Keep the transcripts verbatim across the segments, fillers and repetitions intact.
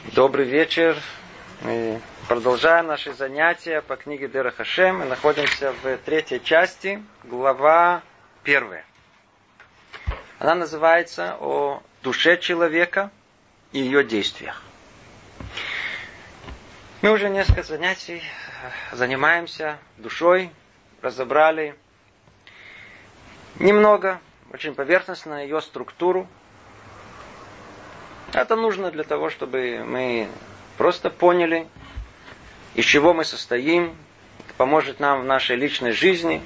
Добрый вечер. Мы продолжаем наши занятия по книге Дерах Ашем. Мы находимся в третьей части, глава первая. Она называется «О душе человека и ее действиях». Мы уже несколько занятий занимаемся душой, разобрали немного, очень поверхностно ее структуру. Это нужно для того, чтобы мы просто поняли, из чего мы состоим. Это поможет нам в нашей личной жизни.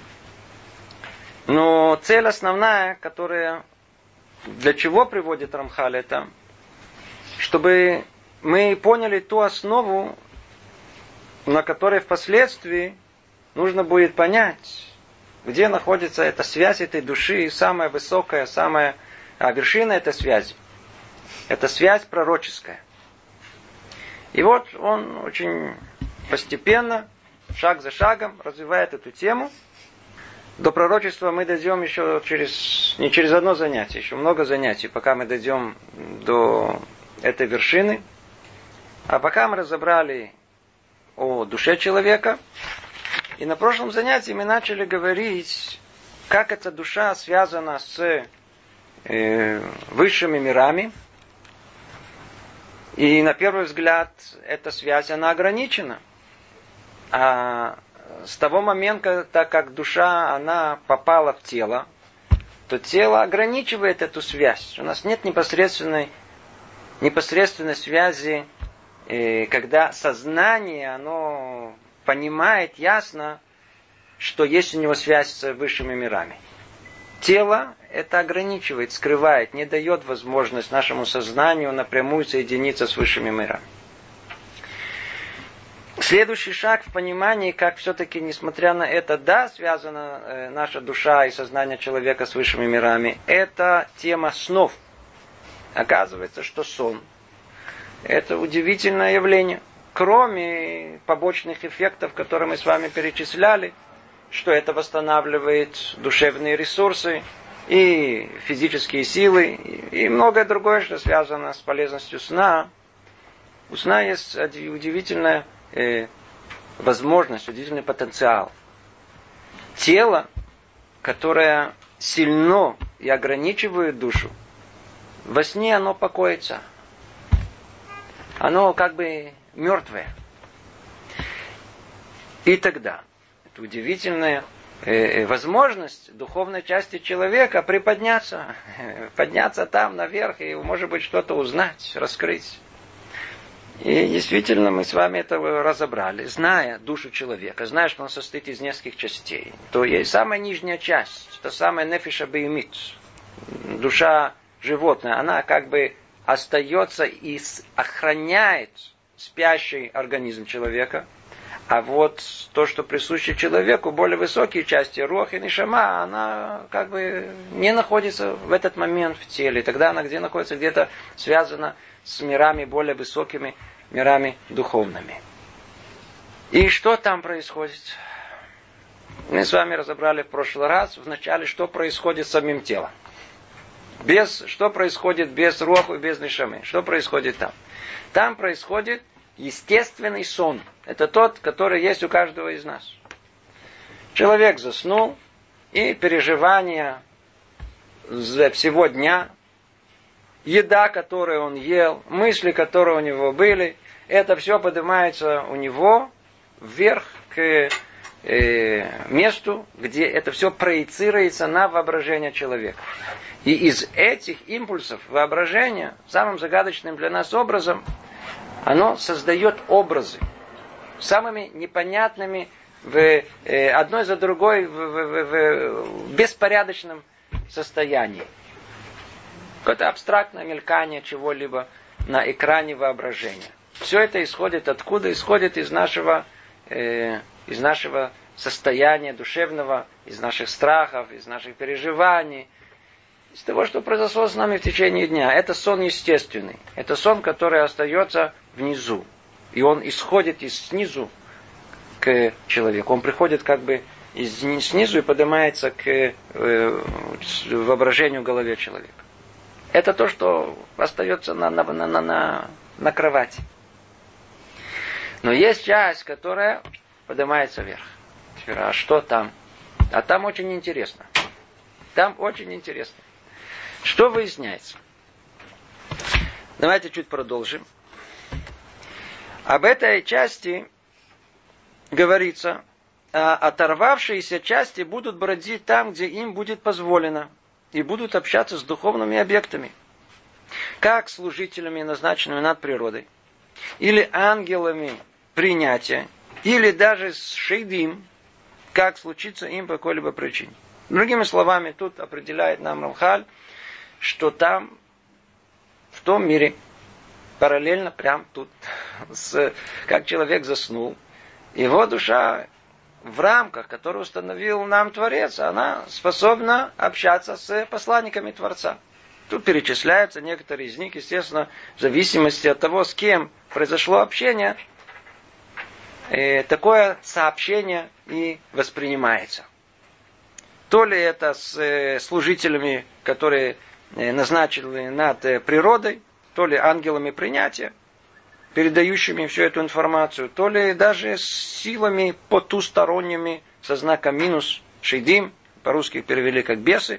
Но цель основная, которая для чего приводит Рамхаль, это чтобы мы поняли ту основу, на которой впоследствии нужно будет понять, где находится эта связь этой души, самая высокая, самая а, вершина этой связи. Это связь пророческая. И вот он очень постепенно, шаг за шагом, развивает эту тему. До пророчества мы дойдем еще через, не через одно занятие, еще много занятий, пока мы дойдем до этой вершины. А пока мы разобрали о душе человека, и на прошлом занятии мы начали говорить, как эта душа связана с э, высшими мирами. И на первый взгляд эта связь, она ограничена. А с того момента, так как душа, она попала в тело, то тело ограничивает эту связь. У нас нет непосредственной, непосредственной связи, когда сознание, оно понимает ясно, что есть у него связь с высшими мирами. Тело это ограничивает, скрывает, не дает возможность нашему сознанию напрямую соединиться с высшими мирами. Следующий шаг в понимании, как все-таки, несмотря на это, да, связана э, наша душа и сознание человека с высшими мирами, это тема снов. Оказывается, что сон – это удивительное явление. Кроме побочных эффектов, которые мы с вами перечисляли, что это восстанавливает душевные ресурсы и физические силы, и многое другое, что связано с полезностью сна. У сна есть удивительная э, возможность, удивительный потенциал. Тело, которое сильно и ограничивает душу, во сне оно покоится. Оно как бы мертвое. И тогда удивительная э, возможность духовной части человека приподняться, подняться там наверх и, может быть, что-то узнать, раскрыть. И действительно мы с вами это разобрали. Зная душу человека, зная, что он состоит из нескольких частей, то есть самая нижняя часть, это самая нефиш абеймит, душа животное, она как бы остается и охраняет спящий организм человека. А вот то, что присуще человеку, более высокие части, руах и нишама, она как бы не находится в этот момент в теле. Тогда она где находится? Где-то связана с мирами более высокими, мирами духовными. И что там происходит? Мы с вами разобрали в прошлый раз, в начале, что происходит с самим телом. Без, что происходит без руаху и без нишамы? Что происходит там? Там происходит естественный сон. Это тот, который есть у каждого из нас. Человек заснул, и переживания всего дня, еда, которую он ел, мысли, которые у него были, это все поднимается у него вверх к э, месту, где это все проецируется на воображение человека. И из этих импульсов воображения, самым загадочным для нас образом, оно создает образы, самыми непонятными, в, э, одной за другой в, в, в, в беспорядочном состоянии. Какое-то абстрактное мелькание чего-либо на экране воображения. Все это исходит откуда? Исходит из нашего, э, из нашего состояния душевного, из наших страхов, из наших переживаний, из того, что произошло с нами в течение дня. Это сон естественный. Это сон, который остается внизу. И он исходит из снизу к человеку. Он приходит как бы из, снизу и поднимается к э, воображению в голове человека. Это то, что остается на, на, на, на на кровати. Но есть часть, которая поднимается вверх. А что там? А там очень интересно. Там очень интересно. Что выясняется? Давайте чуть продолжим. Об этой части говорится, а оторвавшиеся части будут бродить там, где им будет позволено, и будут общаться с духовными объектами, как служителями, назначенными над природой, или ангелами принятия, или даже с шейдим, как случится им по какой-либо причине. Другими словами, тут определяет нам Рамхаль, что там, в том мире, параллельно, прям тут, с, как человек заснул, его душа в рамках, которые установил нам Творец, она способна общаться с посланниками Творца. Тут перечисляются некоторые из них, естественно, в зависимости от того, с кем произошло общение, э, такое сообщение и воспринимается. То ли это с э, служителями, которые э, назначены над э, природой, то ли ангелами принятия, передающими всю эту информацию, то ли даже с силами потусторонними, со знаком минус, шейдим, по-русски перевели как бесы.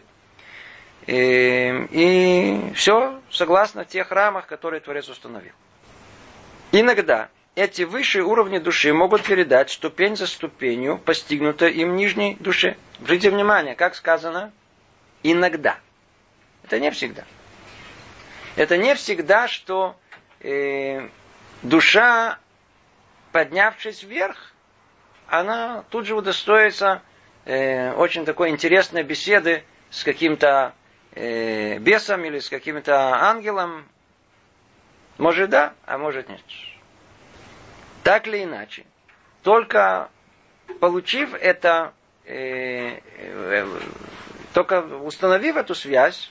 И, и все согласно тех рамах, которые Творец установил. Иногда эти высшие уровни души могут передать ступень за ступенью, постигнутой им нижней душе. Обратите внимание, как сказано, иногда. Это не всегда. Это не всегда, что э, душа, поднявшись вверх, она тут же удостоится э, очень такой интересной беседы с каким-то э, бесом или с каким-то ангелом. Может да, а может нет. Так или иначе, только получив это, э, э, только установив эту связь,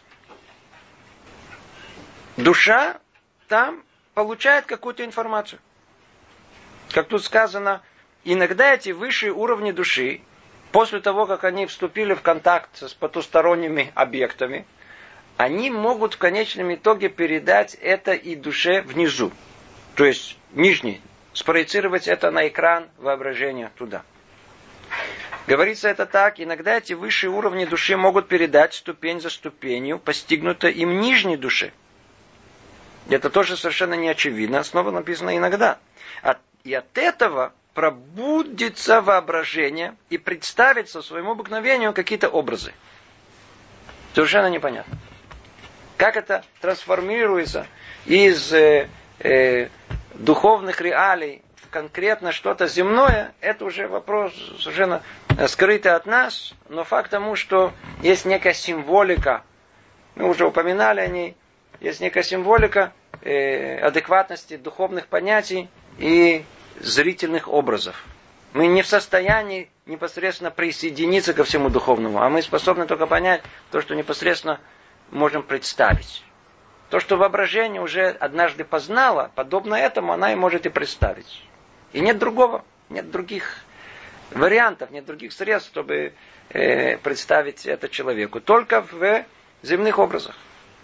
душа там получает какую-то информацию. Как тут сказано, иногда эти высшие уровни души, после того, как они вступили в контакт с потусторонними объектами, они могут в конечном итоге передать это и душе внизу. То есть нижней. Спроецировать это на экран воображения туда. Говорится это так, иногда эти высшие уровни души могут передать ступень за ступенью, постигнуто им нижней душе. Это тоже совершенно не очевидно, снова написано иногда. И от этого пробудится воображение и представится своему обыкновению какие-то образы. Совершенно непонятно. Как это трансформируется из э, э, духовных реалий в конкретно что-то земное, это уже вопрос совершенно скрытый от нас, но факт тому, что есть некая символика, мы уже упоминали о ней, есть некая символика э, адекватности духовных понятий и зрительных образов. Мы не в состоянии непосредственно присоединиться ко всему духовному, а мы способны только понять то, что непосредственно можем представить. То, что воображение уже однажды познало, подобно этому она и может и представить. И нет другого, нет других вариантов, нет других средств, чтобы э, представить это человеку. Только в земных образах.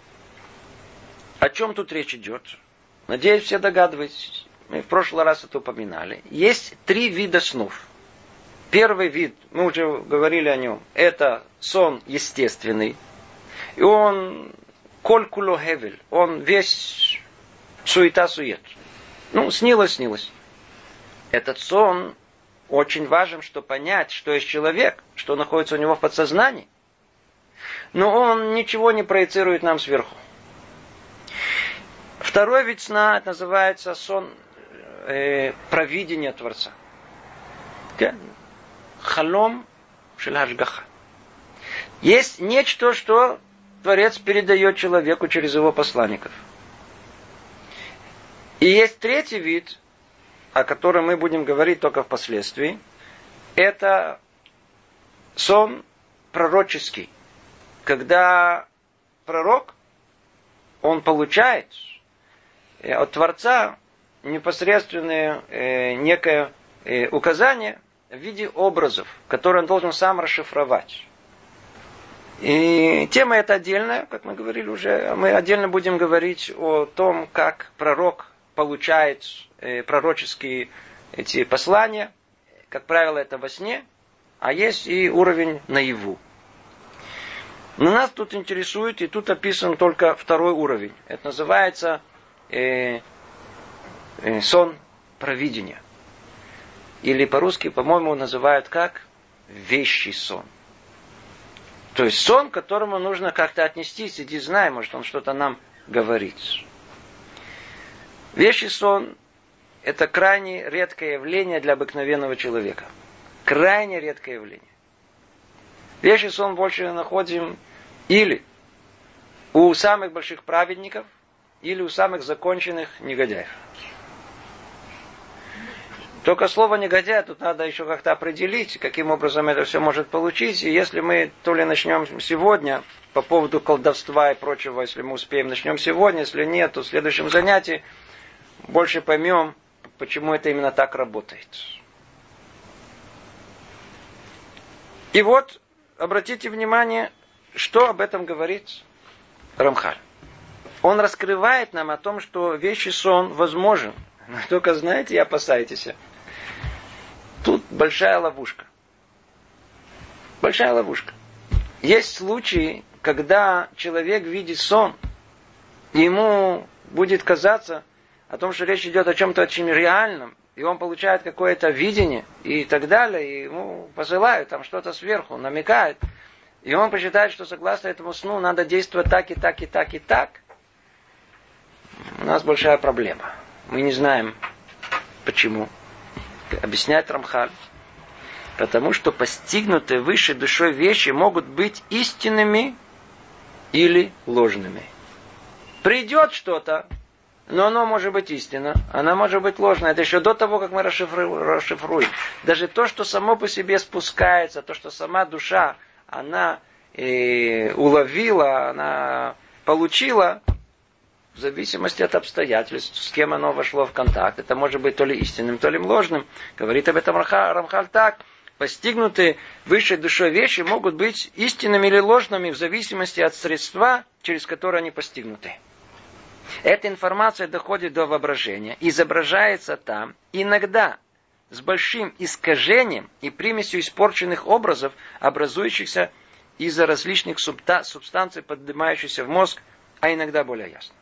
О чем тут речь идет? Надеюсь, все догадываетесь. Мы в прошлый раз это упоминали. Есть три вида снов. Первый вид, мы уже говорили о нем, это сон естественный. И он коль куло хевель, он весь суета-сует. Ну, снилось-снилось. Этот сон очень важен, чтобы понять, что есть человек, что находится у него в подсознании. Но он ничего не проецирует нам сверху. Второй вид сна, это называется сон э, провидения Творца. Халом шель хашгаха. Есть нечто, что Творец передает человеку через его посланников. И есть третий вид, о котором мы будем говорить только впоследствии. Это сон пророческий. Когда пророк, он получает от Творца непосредственное э, некое э, указание в виде образов, которые он должен сам расшифровать. И тема эта отдельная, как мы говорили уже. Мы отдельно будем говорить о том, как пророк получает э, пророческие эти послания. Как правило, это во сне, а есть и уровень наяву. Но нас тут интересует, и тут описан только второй уровень. Это называется э, э, сон провидения. Или по-русски, по-моему, называют как вещий сон. То есть сон, к которому нужно как-то отнестись, иди знай, может он что-то нам говорит. Вещий сон – это крайне редкое явление для обыкновенного человека. Крайне редкое явление. Вещий сон больше находим или у самых больших праведников, или у самых законченных негодяев. Только слово негодяй тут надо еще как-то определить, каким образом это все может получить. И если мы то ли начнем сегодня по поводу колдовства и прочего, если мы успеем, начнем сегодня, если нет, то в следующем занятии больше поймем, почему это именно так работает. И вот, обратите внимание, что об этом говорит Рамхаль. Он раскрывает нам о том, что вещий сон возможен. Но только знаете и опасайтесь. Тут большая ловушка. Большая ловушка. Есть случаи, когда человек видит сон, и ему будет казаться о том, что речь идет о чем-то очень реальном, и он получает какое-то видение, и так далее, и ему посылают там что-то сверху, намекают, и он посчитает, что согласно этому сну надо действовать так и так и так и так. У нас большая проблема. Мы не знаем, почему. Объясняет Рамхаль. Потому что постигнутые высшей душой вещи могут быть истинными или ложными. Придет что-то, но оно может быть истинно, оно может быть ложно. Это еще до того, как мы расшифруем. Даже то, что само по себе спускается, то, что сама душа, она э, уловила, она получила, в зависимости от обстоятельств, с кем оно вошло в контакт. Это может быть то ли истинным, то ли ложным. Говорит об этом Рамхаль так. Постигнутые высшей душой вещи могут быть истинными или ложными в зависимости от средства, через которое они постигнуты. Эта информация доходит до воображения, изображается там, иногда с большим искажением и примесью испорченных образов, образующихся из-за различных субстанций, поднимающихся в мозг, а иногда более ясно.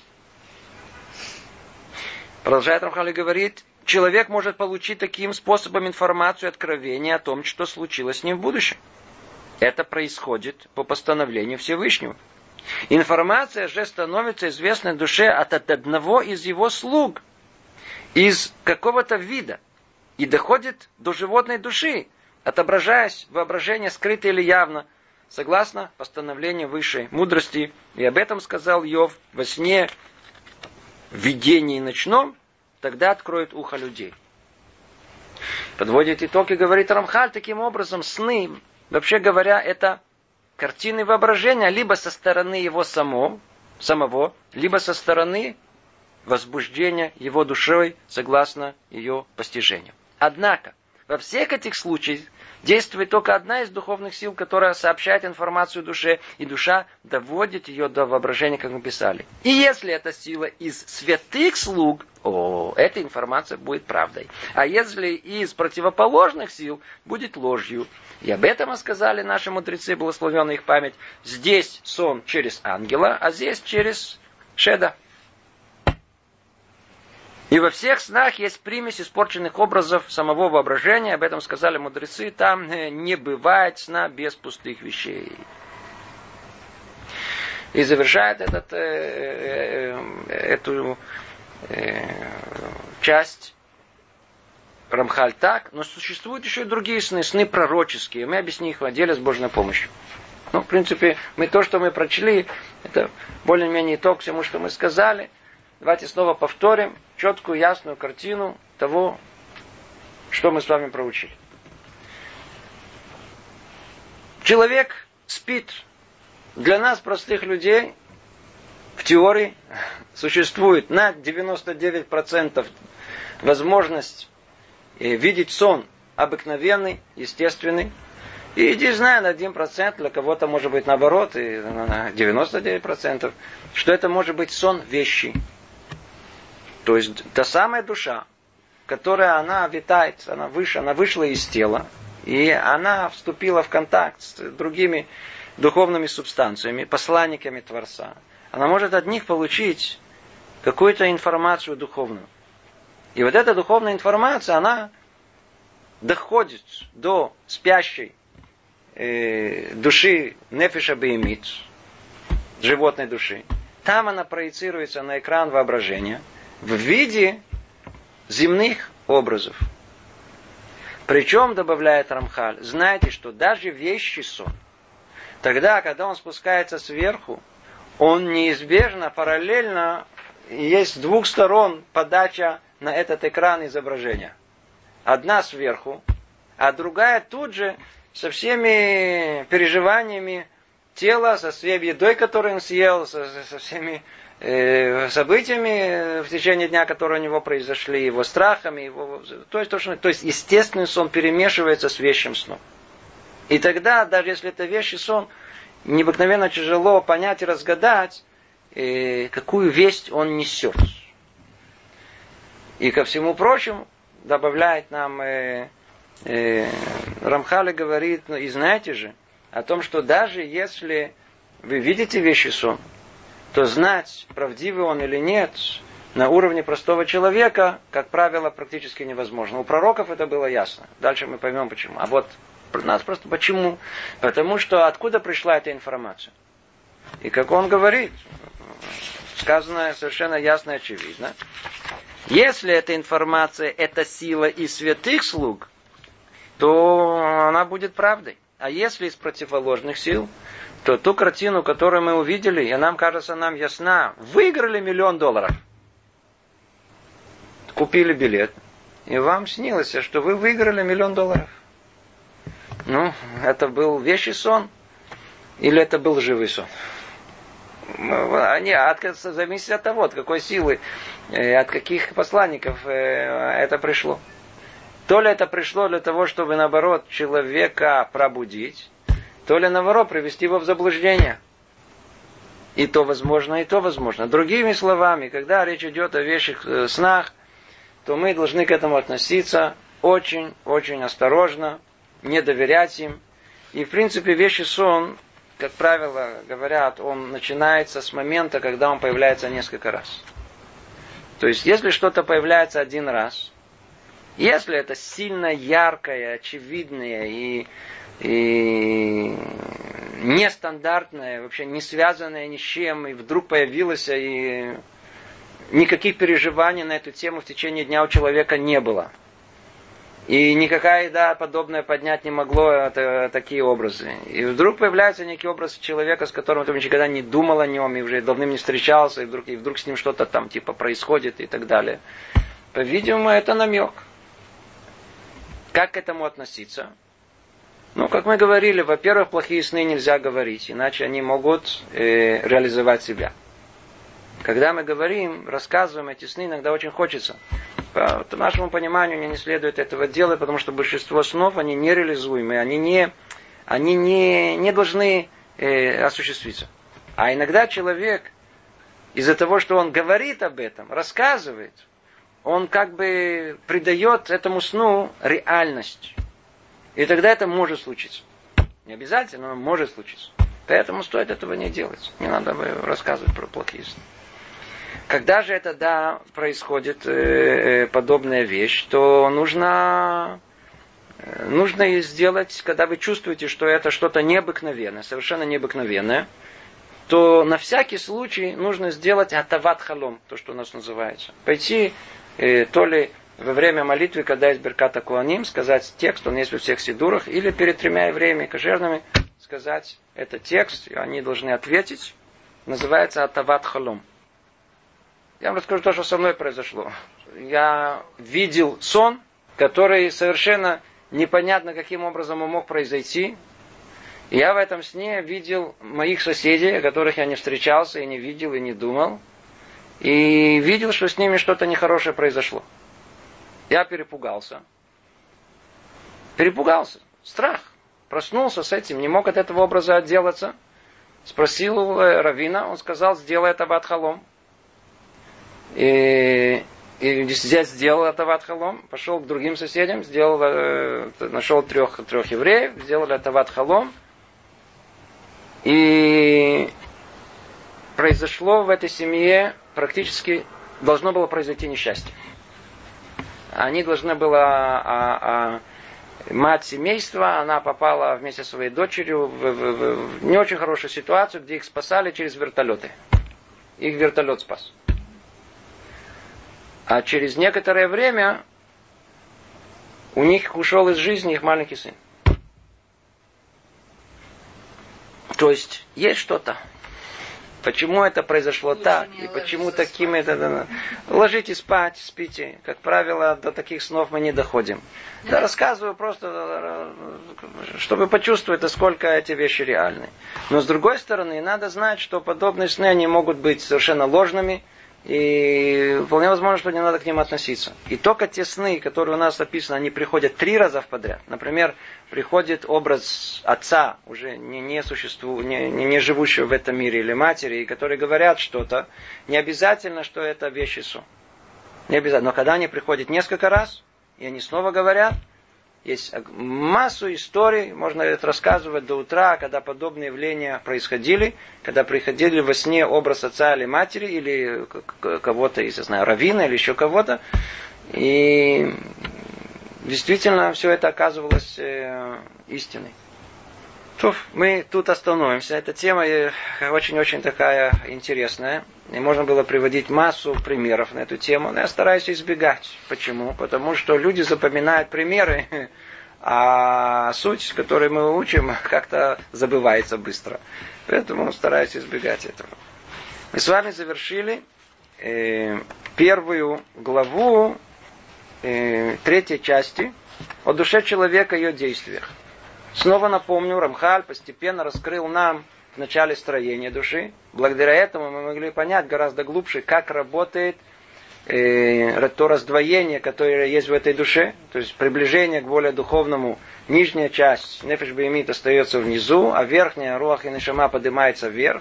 Продолжает Рамхаль и говорит, человек может получить таким способом информацию и откровение о том, что случилось с ним в будущем. Это происходит по постановлению Всевышнего. Информация же становится известной душе от одного из его слуг, из какого-то вида, и доходит до животной души, отображаясь в воображении скрыто или явно, согласно постановлению высшей мудрости. И об этом сказал Йов во сне, в видении ночном, тогда откроет ухо людей. Подводит итог и говорит Рамхаль, таким образом сны, вообще говоря, это картины воображения либо со стороны его самого, самого, либо со стороны возбуждения его душой, согласно ее постижению. Однако, во всех этих случаях действует только одна из духовных сил, которая сообщает информацию душе, и душа доводит ее до воображения, как мы писали. И если эта сила из святых слуг, о, эта информация будет правдой. А если из противоположных сил, будет ложью. И об этом сказали наши мудрецы, благословенная их память. Здесь сон через ангела, а здесь через шеда. И во всех снах есть примесь испорченных образов самого воображения. Об этом сказали мудрецы. Там не бывает сна без пустых вещей. И завершает этот, э, э, эту э, часть Рамхаль так. Но существуют еще и другие сны, сны пророческие. Мы объясним их в отделе с Божьей помощью. Ну, в принципе, мы то, что мы прочли, это более-менее итог всему, что мы сказали. Давайте снова повторим четкую, ясную картину того, что мы с вами проучили. Человек спит. Для нас, простых людей, в теории существует на девяносто девять процентов возможность видеть сон обыкновенный, естественный. И иди знай, на один процент, для кого-то может быть наоборот, и на девяносто девять процентов, что это может быть сон вещий. То есть та самая душа, которая она витает, она выше, она вышла из тела, и она вступила в контакт с другими духовными субстанциями, посланниками Творца. Она может от них получить какую-то информацию духовную. И вот эта духовная информация, она доходит до спящей э, души нефеша беймит, животной души. Там она проецируется на экран воображения в виде земных образов. Причем, добавляет Рамхаль, знаете, что даже вещий сон, тогда, когда он спускается сверху, он неизбежно, параллельно, есть с двух сторон подача на этот экран изображения. Одна сверху, а другая тут же со всеми переживаниями тела, со всей едой, которую он съел, со, со всеми э, событиями в течение дня, которые у него произошли, его страхами, его, то, есть, то, что, то есть естественный сон перемешивается с вещим сном. И тогда, даже если это вещий сон, необыкновенно тяжело понять и разгадать, э, какую весть он несет. И ко всему прочему, добавляет нам э, э, Рамхаль говорит, ну и знаете же, о том, что даже если вы видите вещий сон, то знать, правдивый он или нет, на уровне простого человека, как правило, практически невозможно. У пророков это было ясно. Дальше мы поймем почему. А вот у нас просто почему? Потому что откуда пришла эта информация? И как он говорит, сказано совершенно ясно и очевидно. Если эта информация, это сила из святых слуг, то она будет правдой. А если из противоположных сил, то ту картину, которую мы увидели, и нам кажется, нам ясна, выиграли миллион долларов. Купили билет, и вам снилось, что вы выиграли миллион долларов. Ну, это был вещий сон, или это был живый сон? Они, от, зависит от того, от какой силы, от каких посланников это пришло. То ли это пришло для того, чтобы, наоборот, человека пробудить, то ли, наоборот, привести его в заблуждение. И то возможно, и то возможно. Другими словами, когда речь идет о вещих снах, то мы должны к этому относиться очень-очень осторожно, не доверять им. И, в принципе, вещий сон, как правило, говорят, он начинается с момента, когда он появляется несколько раз. То есть, если что-то появляется один раз, если это сильно яркое, очевидное и, и нестандартное, вообще не связанное ни с чем, и вдруг появилось, и никаких переживаний на эту тему в течение дня у человека не было. И никакая еда подобное поднять не могло это, такие образы. И вдруг появляется некий образ человека, с которым ты никогда не думал о нем, и уже давным не встречался, и вдруг, и вдруг с ним что-то там типа происходит и так далее. По-видимому, это намек. Как к этому относиться? Ну, как мы говорили, во-первых, плохие сны нельзя говорить, иначе они могут э, реализовать себя. Когда мы говорим, рассказываем эти сны, иногда очень хочется. По нашему пониманию, мне не следует этого делать, потому что большинство снов, они нереализуемые, они не, они не, не должны э, осуществиться. А иногда человек, из-за того, что он говорит об этом, рассказывает, он как бы придает этому сну реальность. И тогда это может случиться. Не обязательно, но может случиться. Поэтому стоит этого не делать. Не надо рассказывать про плохие сны. Когда же это, да, происходит э, подобная вещь, то нужно, э, нужно сделать, когда вы чувствуете, что это что-то необыкновенное, совершенно необыкновенное, то на всякий случай нужно сделать атават халом, то, что у нас называется. Пойти э, то ли во время молитвы, когда есть беркат акуаним, сказать текст, он есть во всех сидурах, или перед тремя евреями кошерными сказать этот текст, и они должны ответить. Называется атават халом. Я вам расскажу то, что со мной произошло. Я видел сон, который совершенно непонятно, каким образом он мог произойти. И я в этом сне видел моих соседей, о которых я не встречался, и не видел, и не думал. И видел, что с ними что-то нехорошее произошло. Я перепугался. Перепугался. Страх. Проснулся с этим, не мог от этого образа отделаться. Спросил у раввина, он сказал, сделай это атават халом. И И здесь сделал Атават Халом, пошел к другим соседям, сделал, э, нашел трех, трех евреев, сделали Атават Халом. И произошло в этой семье практически, должно было произойти несчастье. Они должны были, а, а, мать семейства, она попала вместе со своей дочерью в, в, в не очень хорошую ситуацию, где их спасали через вертолеты. Их вертолет спас. А через некоторое время у них ушел из жизни их маленький сын. То есть есть что-то. Почему это произошло лучше так, и почему таким это... Ложитесь спать, спите. Как правило, до таких снов мы не доходим. Да, рассказываю просто, чтобы почувствовать, насколько эти вещи реальны. Но с другой стороны, надо знать, что подобные сны, они могут быть совершенно ложными, и вполне возможно, что не надо к ним относиться. И только те сны, которые у нас описаны, они приходят три раза подряд. Например, приходит образ отца, уже не, не, существу, не, не, не живущего в этом мире, или матери, которые говорят что-то. Не обязательно, что это вещи сон. Не обязательно. Но когда они приходят несколько раз, и они снова говорят, есть массу историй, можно это рассказывать до утра, когда подобные явления происходили, когда приходили во сне образ отца или матери, или кого-то, если знаю, раввина, или еще кого-то. И действительно все это оказывалось э, истиной. Туф, мы тут остановимся. Эта тема очень-очень такая интересная. И можно было приводить массу примеров на эту тему, но я стараюсь избегать. Почему? Потому что люди запоминают примеры, а суть, которую мы учим, как-то забывается быстро. Поэтому стараюсь избегать этого. Мы с вами завершили э, первую главу э, третьей части о душе человека и ее действиях. Снова напомню, Рамхаль постепенно раскрыл нам в начале строения души. Благодаря этому мы могли понять гораздо глубже, как работает э, то раздвоение, которое есть в этой душе. То есть приближение к более духовному. Нижняя часть, нефеш беймит, остается внизу, а верхняя, руах и нешама, поднимается вверх.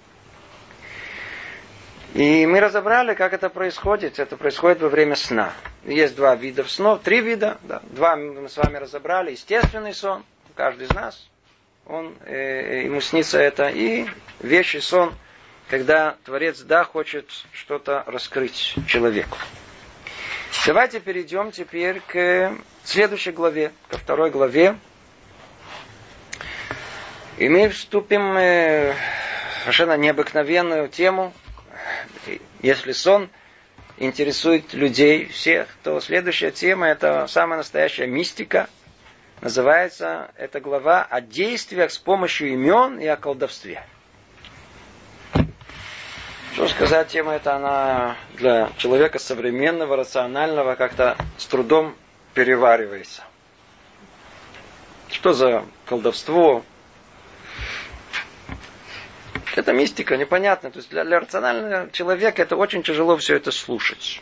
И мы разобрали, как это происходит. Это происходит во время сна. Есть два вида снов, три вида. Да. Два мы с вами разобрали. Естественный сон. Каждый из нас, он, э, ему снится это. И вещий сон, когда Творец, да, хочет что-то раскрыть человеку. Давайте перейдем теперь к следующей главе, ко второй главе. И мы вступим в совершенно необыкновенную тему. Если сон интересует людей всех, то следующая тема — это самая настоящая мистика. Называется эта глава о действиях с помощью имен и о колдовстве. Что сказать, тема эта, она для человека современного, рационального, как-то с трудом переваривается. Что за колдовство? Это мистика, непонятно. То есть для, для рационального человека это очень тяжело все это слушать.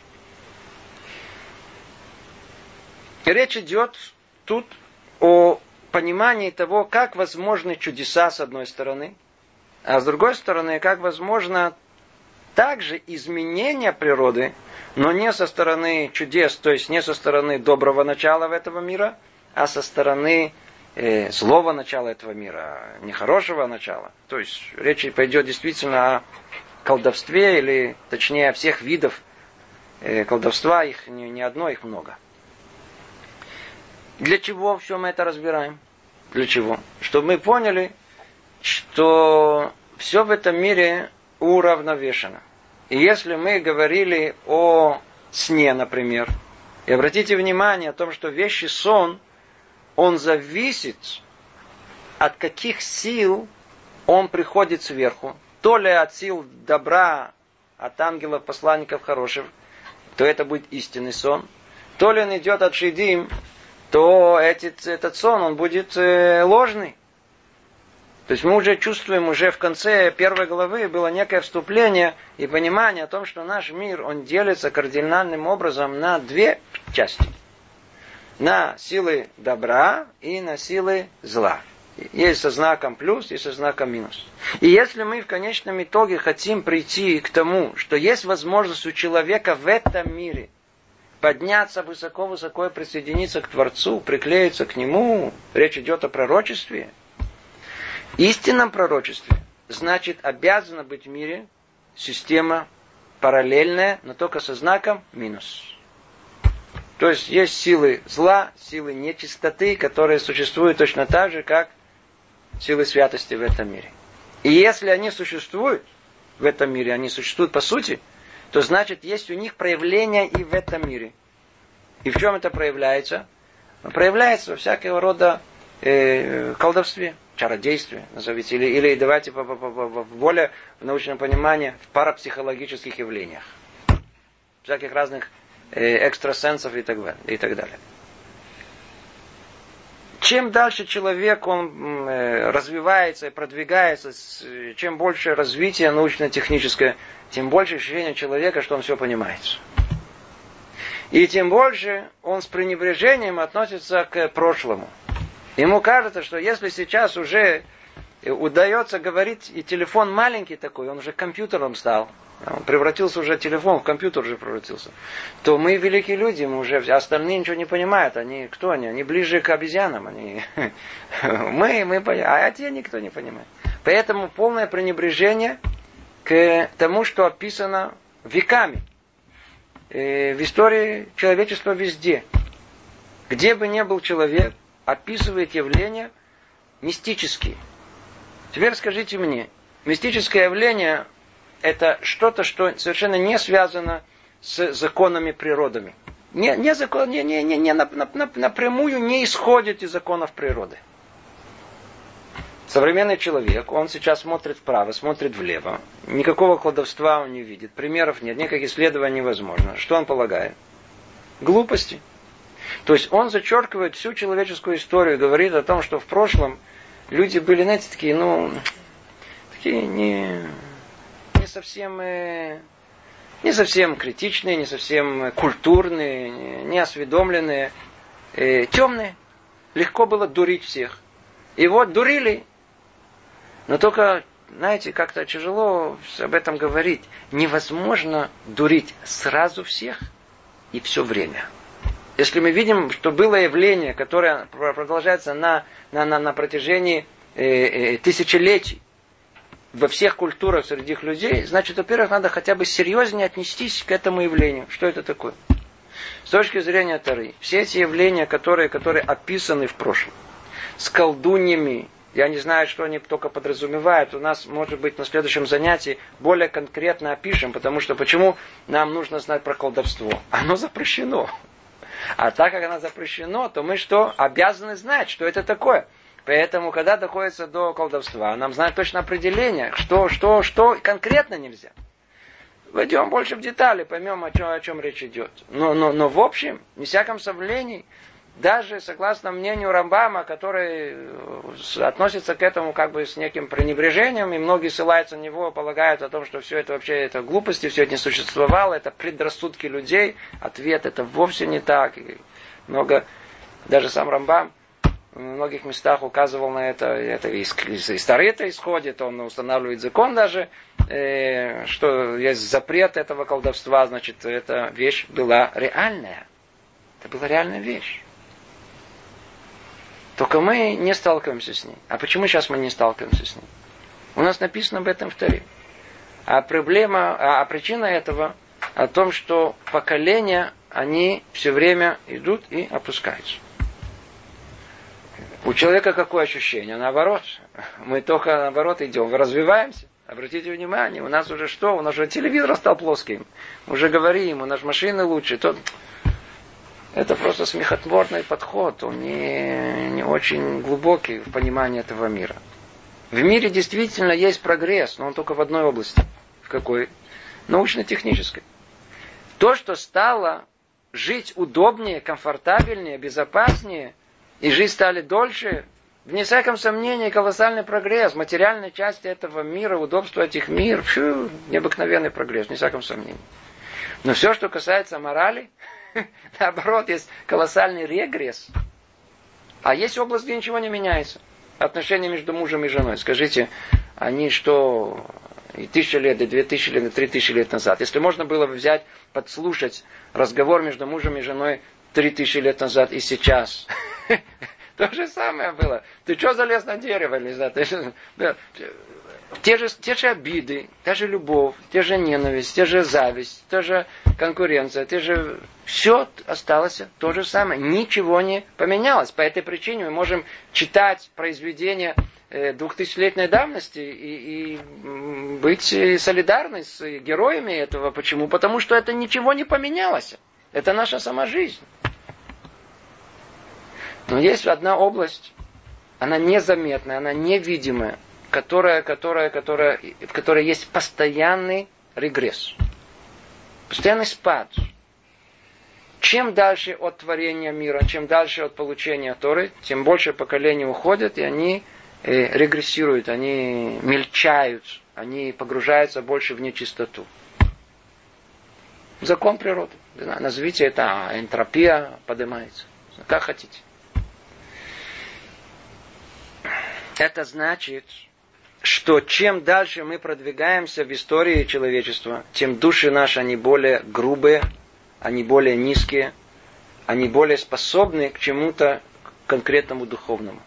И речь идет тут о понимании того, как возможны чудеса с одной стороны, а с другой стороны, как возможно также изменение природы, но не со стороны чудес, то есть не со стороны доброго начала этого мира, а со стороны э, злого начала этого мира, нехорошего начала. То есть речь пойдет действительно о колдовстве, или точнее о всех видах э, колдовства, их не, не одно, их много. Для чего все мы это разбираем? Для чего? Чтобы мы поняли, что все в этом мире уравновешено. И если мы говорили о сне, например, и обратите внимание о том, что вещий сон, он зависит от каких сил он приходит сверху. То ли от сил добра, от ангелов, посланников хороших, то это будет истинный сон. То ли он идет от шидим, то этот, этот сон, он будет э, ложный. То есть мы уже чувствуем, уже в конце первой главы было некое вступление и понимание о том, что наш мир, он делится кардинальным образом на две части. На силы добра и на силы зла. Есть со знаком плюс и со знаком минус. И если мы в конечном итоге хотим прийти к тому, что есть возможность у человека в этом мире подняться высоко-высоко и присоединиться к Творцу, приклеиться к Нему. Речь идет о пророчестве. Истинном пророчестве значит обязана быть в мире система параллельная, но только со знаком минус. То есть есть силы зла, силы нечистоты, которые существуют точно так же, как силы святости в этом мире. И если они существуют в этом мире, они существуют по сути, то значит есть у них проявление и в этом мире. И в чем это проявляется? Проявляется во всякого рода э, колдовстве, чародействе, назовите, или, или давайте по, по, по, по, более в научном понимании, в парапсихологических явлениях. Всяких разных э, экстрасенсов и так, и так далее. Чем дальше человек он э, развивается и продвигается, с, чем больше развитие научно-техническое, тем больше ощущение человека, что он все понимает. И тем больше он с пренебрежением относится к прошлому. Ему кажется, что если сейчас уже удается говорить, и телефон маленький такой, он уже компьютером стал, он превратился уже, телефон в компьютер уже превратился, то мы великие люди, мы уже, остальные ничего не понимают, они, кто они? Они ближе к обезьянам, они, мы, мы, а те никто не понимает. Поэтому полное пренебрежение к тому, что описано веками в истории человечества везде. Где бы ни был человек, описывает явления мистические. Теперь скажите мне, мистическое явление это что-то, что совершенно не связано с законами природами. Не, не, закон, не, не, не, не на, на, напрямую не исходит из законов природы. Современный человек, он сейчас смотрит вправо, смотрит влево. Никакого колдовства он не видит. Примеров нет, никаких исследований невозможно. Что он полагает? Глупости. То есть он зачеркивает всю человеческую историю, говорит о том, что в прошлом люди были, знаете, такие, ну, такие не, не совсем, не совсем критичные, не совсем культурные, не осведомленные, темные. Легко было дурить всех. И вот дурили. Но только, знаете, как-то тяжело об этом говорить. Невозможно дурить сразу всех и все время. Если мы видим, что было явление, которое продолжается на, на, на, на протяжении э, э, тысячелетий во всех культурах среди людей, значит, во-первых, надо хотя бы серьезнее отнестись к этому явлению. Что это такое? С точки зрения Торы, все эти явления, которые, которые описаны в прошлом, с колдуньями, я не знаю, что они только подразумевают. У нас, может быть, на следующем занятии более конкретно опишем, потому что почему нам нужно знать про колдовство? Оно запрещено. А так как оно запрещено, то мы что? Обязаны знать, что это такое. Поэтому, когда доходится до колдовства, нам знать точно определение, что, что, что конкретно нельзя. Войдем больше в детали, поймем, о чем, о чем речь идет. Но, но, но в общем, не всяком сомнении, даже согласно мнению Рамбама, который относится к этому как бы с неким пренебрежением, и многие ссылаются на него, полагают о том, что все это вообще это глупости, все это не существовало, это предрассудки людей. Ответ это вовсе не так. И много, даже сам Рамбам в многих местах указывал на это, это из, из, из Торы это исходит, он устанавливает закон даже, э, что есть запрет этого колдовства, значит, эта вещь была реальная. Это была реальная вещь. Только мы не сталкиваемся с ней. А почему сейчас мы не сталкиваемся с ней? У нас написано об этом в Торе. А проблема, а причина этого о том, что поколения, они все время идут и опускаются. У человека какое ощущение? Наоборот. Мы только наоборот идем, развиваемся. Обратите внимание, у нас уже что? У нас уже телевизор стал плоским. Мы уже говорим, у нас машины лучше. То... Это просто смехотворный подход, он не, не очень глубокий в понимании этого мира. В мире действительно есть прогресс, но он только в одной области. В какой? Научно-технической. То, что стало жить удобнее, комфортабельнее, безопаснее, и жить стали дольше, вне всяком сомнении, колоссальный прогресс. Материальной части этого мира, удобства этих мир, фу, необыкновенный прогресс, вне всяком сомнении. Но все, что касается морали, наоборот, есть колоссальный регресс. А есть область, где ничего не меняется. Отношения между мужем и женой. Скажите, они что, и тысяча лет, и две тысячи лет, и три тысячи лет назад. Если можно было бы взять, подслушать разговор между мужем и женой три тысячи лет назад и сейчас. То же самое было. Ты что залез на дерево? Не знаю, те же, те же обиды, та же любовь, те же ненависть, те же зависть, та же конкуренция, те же... Все осталось то же самое. Ничего не поменялось. По этой причине мы можем читать произведения двухтысячелетней давности и, и быть солидарны с героями этого. Почему? Потому что это ничего не поменялось. Это наша сама жизнь. Но есть одна область, она незаметная, она невидимая, которая, которая, которая, в которой есть постоянный регресс. Постоянный спад. Чем дальше от творения мира, чем дальше от получения Торы, тем больше поколений уходят, и они э, регрессируют, они мельчают, они погружаются больше в нечистоту. Закон природы. Назовите это, а, энтропия поднимается. Как хотите. Это значит, что чем дальше мы продвигаемся в истории человечества, тем души наши, они более грубые, они более низкие, они более способны к чему-то конкретному духовному.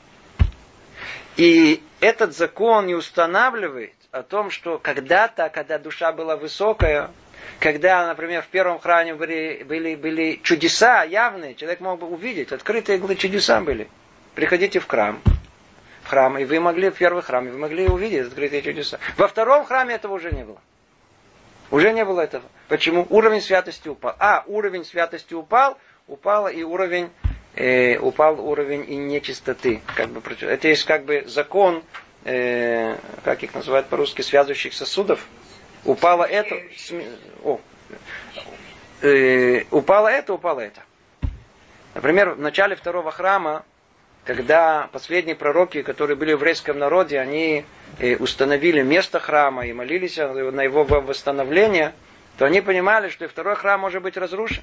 И этот закон не устанавливает о том, что когда-то, когда душа была высокая, когда, например, в первом храме были, были, были чудеса явные, человек мог бы увидеть, открытые чудеса были. Приходите в храм, в храм, и вы могли в первый храм, и вы могли увидеть открытые чудеса. Во втором храме этого уже не было. Уже не было этого. Почему? Уровень святости упал. А, уровень святости упал, упал и уровень, э, упал уровень и нечистоты. Как бы, это есть как бы закон, э, как их называют по-русски, связывающих сосудов. Упало это, о, э, упало это, упало это. Например, в начале второго храма, когда последние пророки, которые были в еврейском народе, они установили место храма и молились на его восстановление, то они понимали, что и второй храм может быть разрушен.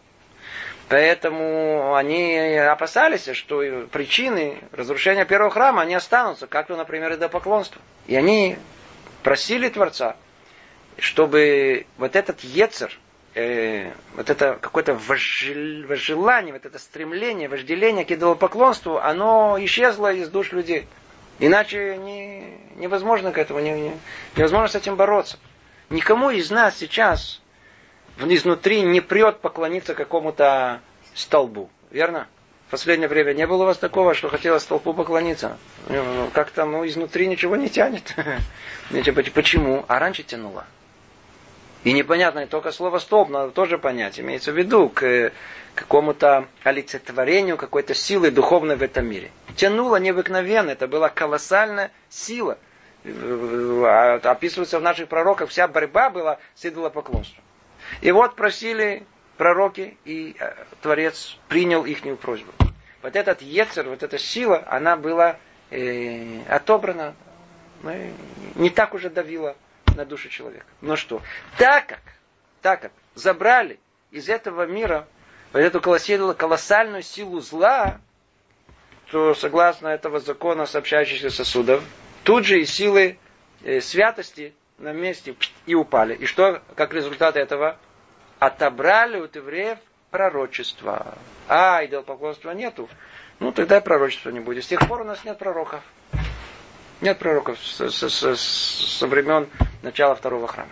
Поэтому они опасались, что причины разрушения первого храма, они останутся, как, например, идолопоклонство. И они просили Творца, чтобы вот этот ецер, э, вот это какое-то возжелание, вот это стремление, вожделение к идолопоклонству, оно исчезло из душ людей. Иначе не, невозможно к этому, не, не, невозможно с этим бороться. Никому из нас сейчас изнутри не прет поклониться какому-то столбу. Верно? В последнее время не было у вас такого, что хотелось столбу поклониться? Как-то ну, изнутри ничего не тянет. Почему? А раньше тянуло. И непонятно, только слово столб надо тоже понять. Имеется в виду к какому-то олицетворению какой-то силы духовной в этом мире. Тянуло необыкновенно. Это была колоссальная сила. Описывается в наших пророках, вся борьба была с идолопоклонством. И вот просили пророки, и Творец принял их просьбу. Вот этот ецер, вот эта сила, она была э, отобрана, ну, не так уже давила на душу человека. Но что? Так как, так как забрали из этого мира вот эту колоссальную силу зла, то согласно этого закона сообщающихся сосудов, тут же и силы э, святости на месте и упали. И что, как результат этого? Отобрали от евреев пророчество. А, идолопоклонства нету. Ну, тогда и пророчества не будет. С тех пор у нас нет пророков. Нет пророков с, с, с, со времен начала второго храма.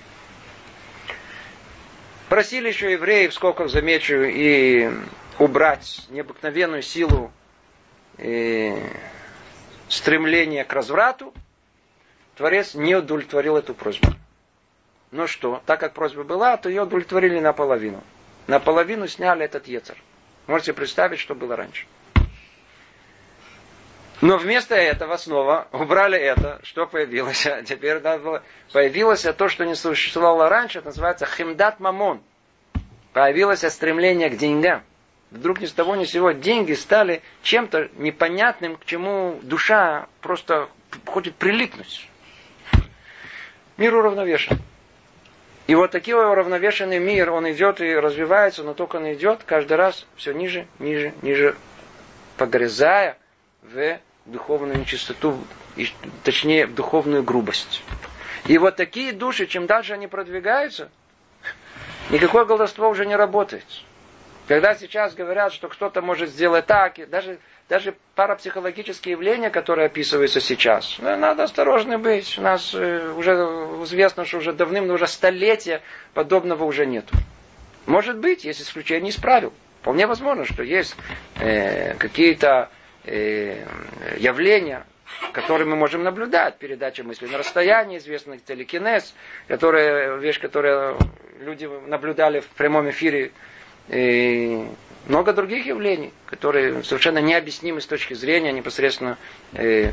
Просили еще евреев, сколько замечу, и убрать необыкновенную силу и стремления к разврату. Творец не удовлетворил эту просьбу. Ну что, так как просьба была, то ее удовлетворили наполовину. Наполовину сняли этот ецер. Можете представить, что было раньше. Но вместо этого снова убрали это. Что появилось? Теперь надо было... появилось то, что не существовало раньше. Это называется химдат мамон. Появилось стремление к деньгам. Вдруг ни с того ни с сего деньги стали чем-то непонятным, к чему душа просто хочет прилипнуть. Мир уравновешен. И вот такой уравновешенный мир, он идет и развивается, но только он идет каждый раз все ниже, ниже, ниже, погрязая в духовную нечистоту, точнее в духовную грубость. И вот такие души, чем дальше они продвигаются, никакое колдовство уже не работает. Когда сейчас говорят, что кто-то может сделать так, и даже, даже парапсихологические явления, которые описываются сейчас, ну, надо осторожны быть. У нас э, уже известно, что уже давным, уже столетия подобного уже нету. Может быть, есть исключение из правил. Вполне возможно, что есть э, какие-то э, явления, которые мы можем наблюдать. Передача мысли на расстоянии, известный телекинез, которая, вещь, которую люди наблюдали в прямом эфире. И много других явлений, которые совершенно необъяснимы с точки зрения непосредственно э,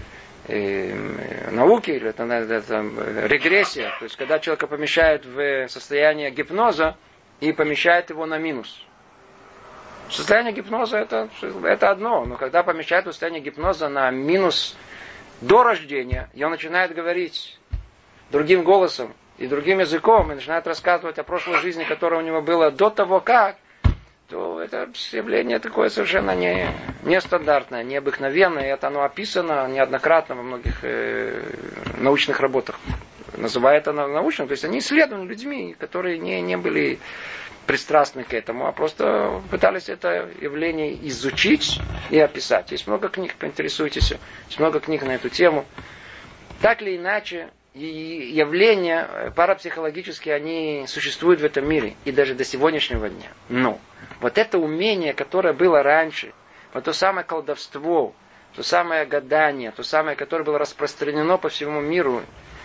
э, науки, или это, это, регрессия. То есть, когда человека помещают в состояние гипноза и помещают его на минус. Состояние гипноза это, это одно, но когда помещают в состояние гипноза на минус до рождения, и он начинает говорить другим голосом и другим языком, и начинает рассказывать о прошлой жизни, которая у него была до того как, то это явление такое совершенно не, нестандартное, необыкновенное. Это оно описано неоднократно во многих э, научных работах. Называют это научным. То есть они исследованы людьми, которые не, не были пристрастны к этому, а просто пытались это явление изучить и описать. Есть много книг, поинтересуйтесь. Есть много книг на эту тему. Так или иначе, и явления парапсихологические, они существуют в этом мире. И даже до сегодняшнего дня. Но вот это умение, которое было раньше, вот то самое колдовство, то самое гадание, то самое, которое было распространено по всему миру,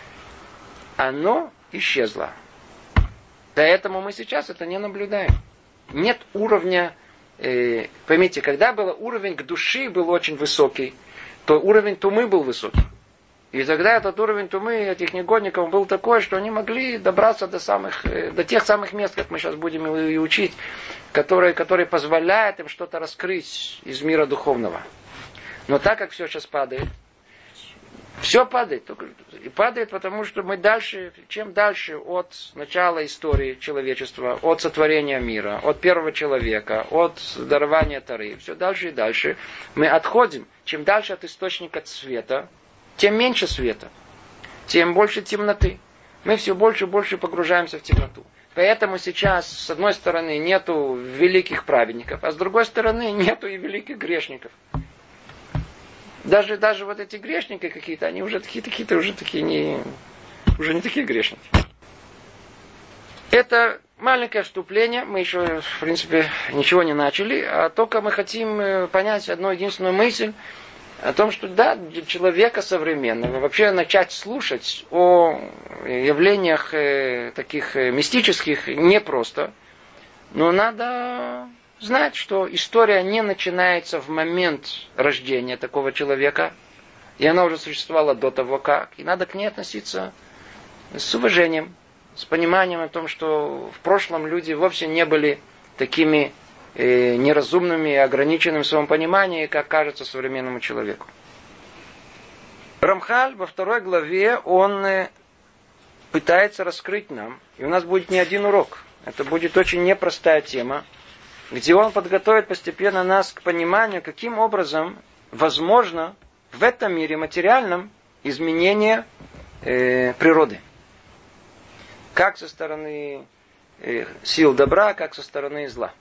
оно исчезло. Поэтому мы сейчас это не наблюдаем. Нет уровня, э, поймите, когда был уровень к душе был очень высокий, то уровень тумы был высокий. И тогда этот уровень тумы этих негодников был такой, что они могли добраться до, самых, до тех самых мест, как мы сейчас будем и учить, которые, которые позволяют им что-то раскрыть из мира духовного. Но так как все сейчас падает, все падает. И падает, потому что мы дальше, чем дальше от начала истории человечества, от сотворения мира, от первого человека, от дарования Торы, все дальше и дальше, мы отходим. Чем дальше от источника света, тем меньше света, тем больше темноты. Мы все больше и больше погружаемся в темноту. Поэтому сейчас, с одной стороны, нету великих праведников, а с другой стороны, нету и великих грешников. Даже, даже вот эти грешники какие-то, они уже такие, такие-то уже такие не, уже не такие грешники. Это маленькое вступление, мы еще, в принципе, ничего не начали, а только мы хотим понять одну единственную мысль, о том, что да, для человека современного вообще начать слушать о явлениях э, таких э, мистических непросто. Но надо знать, что история не начинается в момент рождения такого человека. И она уже существовала до того как. И надо к ней относиться с уважением, с пониманием о том, что в прошлом люди вовсе не были такими неразумными и ограниченными в своем понимании, как кажется современному человеку. Рамхаль во второй главе, он пытается раскрыть нам, и у нас будет не один урок, это будет очень непростая тема, где он подготовит постепенно нас к пониманию, каким образом возможно в этом мире материальном изменение э, природы. Как со стороны э, сил добра, как со стороны зла.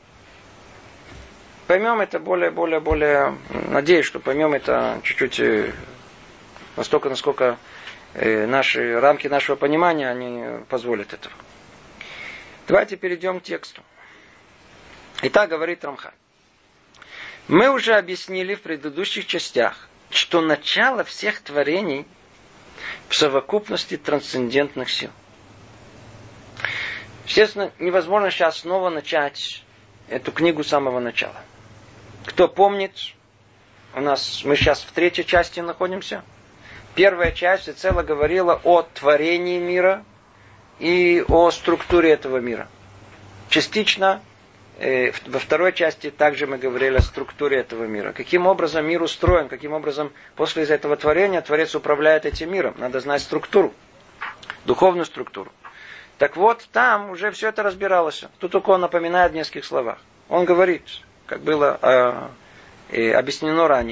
Поймем это более, более, более, надеюсь, что поймем это чуть-чуть настолько, насколько наши рамки нашего понимания они позволят этого. Давайте перейдем к тексту. Итак, говорит Рамхаль. Мы уже объяснили в предыдущих частях, что начало всех творений в совокупности трансцендентных сил. Естественно, невозможно сейчас снова начать эту книгу с самого начала. Кто помнит, у нас мы сейчас в третьей части находимся. Первая часть всецело говорила о творении мира и о структуре этого мира. Частично э, во второй части также мы говорили о структуре этого мира. Каким образом мир устроен, каким образом после этого творения Творец управляет этим миром. Надо знать структуру, духовную структуру. Так вот, там уже все это разбиралось. Тут только он напоминает в нескольких словах. Он говорит, как было э, э, объяснено ранее,